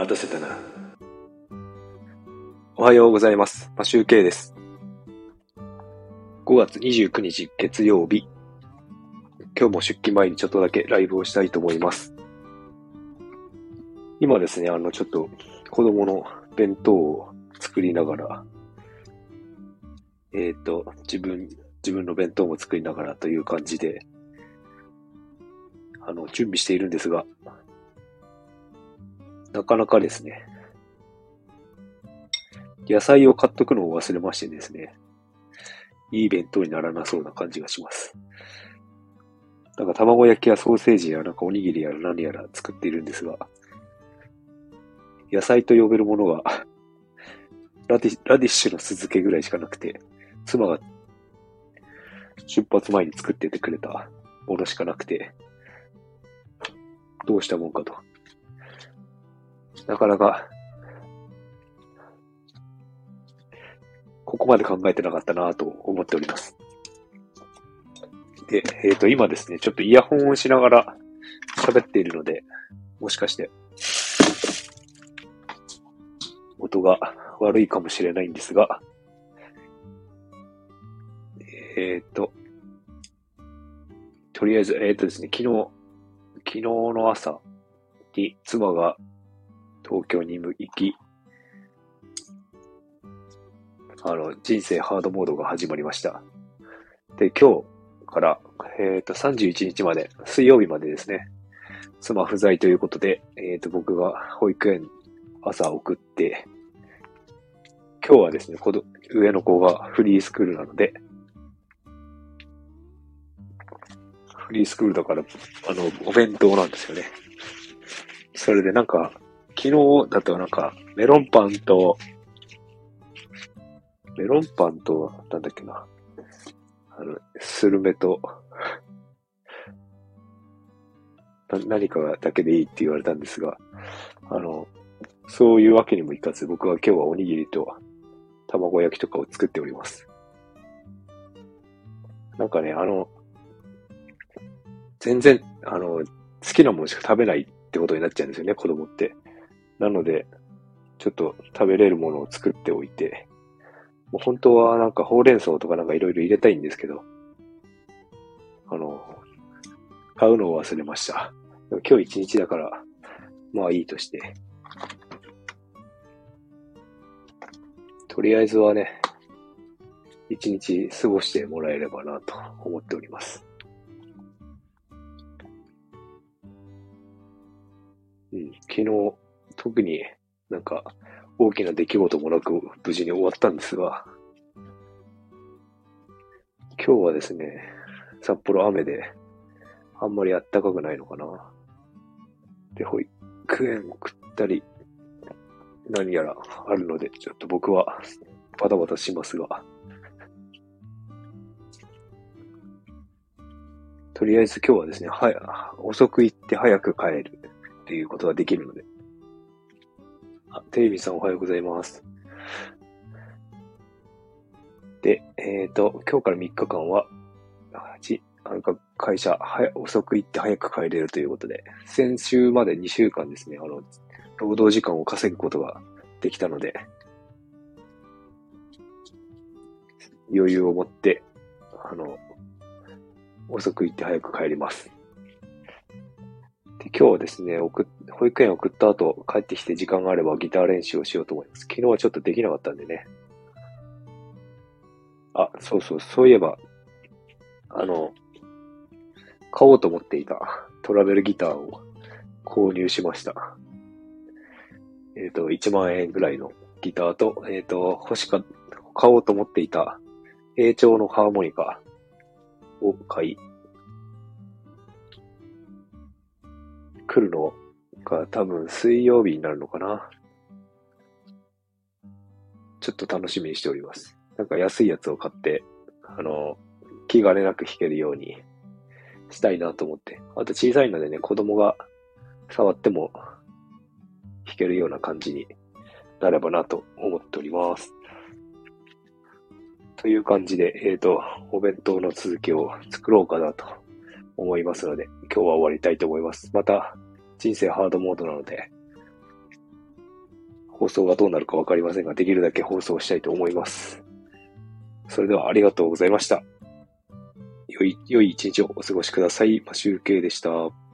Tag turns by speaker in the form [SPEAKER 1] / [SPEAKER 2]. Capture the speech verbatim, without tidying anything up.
[SPEAKER 1] 待たせたな。おはようございます。マシュウケイです。ごがつにじゅうくにち月曜日。今日も出勤前にちょっとだけライブをしたいと思います。今ですね、あのちょっと子供の弁当を作りながら、えっと、自分、自分の弁当も作りながらという感じで、あの、準備しているんですが、なかなかですね、野菜を買っとくのを忘れましてですね、いい弁当にならなそうな感じがします。なんか卵焼きやソーセージやなんかおにぎりやら何やら作っているんですが、野菜と呼べるものがラディ、ラディッシュの酢漬けぐらいしかなくて、妻が出発前に作っててくれたものしかなくて、どうしたもんかと。なかなか、ここまで考えてなかったなぁと思っております。で、えっと、今ですね、ちょっとイヤホンをしながら喋っているので、もしかして、音が悪いかもしれないんですが、えっと、とりあえず、えっとですね、昨日、昨日の朝に妻が東京に行き、あの、人生ハードモードが始まりました。で、今日から、えっと、さんじゅういちにちまで、水曜日までですね、妻不在ということで、えっと、僕が保育園朝送って、今日はですね、子ど上の子がフリースクールなので、フリースクールだから、あの、お弁当なんですよね。それでなんか、昨日だとなんか、メロンパンと、メロンパンと、なんだっけな、あの、スルメと、な何かだけでいいって言われたんですが、あの、そういうわけにもいかず、僕は今日はおにぎりと卵焼きとかを作っております。なんかね、あの、全然、あの、好きなものしか食べないってことになっちゃうんですよね、子供って。なので、ちょっと食べれるものを作っておいて、もう本当はなんかほうれん草とかなんかいろいろ入れたいんですけど、あの、買うのを忘れました。今日一日だから、まあいいとして。とりあえずはね、一日過ごしてもらえればなと思っております。うん、昨日、特になんか大きな出来事もなく無事に終わったんですが、今日はですね、札幌雨であんまり暖かくないのかな。で、保育園送ったり、何やらあるので、ちょっと僕はバタバタしますが、とりあえず今日はですね、はや、遅く行って早く帰るっていうことができるので。あ、テレビさんおはようございます。で、えっと、今日からみっかかんは、ちなんか会社は遅く行って早く帰れるということで、先週までにしゅうかんですね、あの、労働時間を稼ぐことができたので、余裕を持って、あの、遅く行って早く帰ります。で、今日はですね、送保育園送った後、帰ってきて時間があればギター練習をしようと思います。昨日はちょっとできなかったんでね。あ、そうそう、そういえば、あの、買おうと思っていたトラベルギターを購入しました。えっと、いちまんえんぐらいのギターと、えっと、欲しか、買おうと思っていた A 調のハーモニカを買い、来るのが多分水曜日になるのかな。ちょっと楽しみにしております。なんか安いやつを買って、あの、気兼ねなく弾けるようにしたいなと思って。あと小さいのでね、子供が触っても弾けるような感じになればなと思っております。という感じで、えっと、お弁当の続きを作ろうかなと思いますので、今日は終わりたいと思います。また、人生ハードモードなので、 放送がどうなるかわかりませんが、できるだけ放送したいと思います。それではありがとうございました。良い、良い一日をお過ごしください。マシュウケイでした。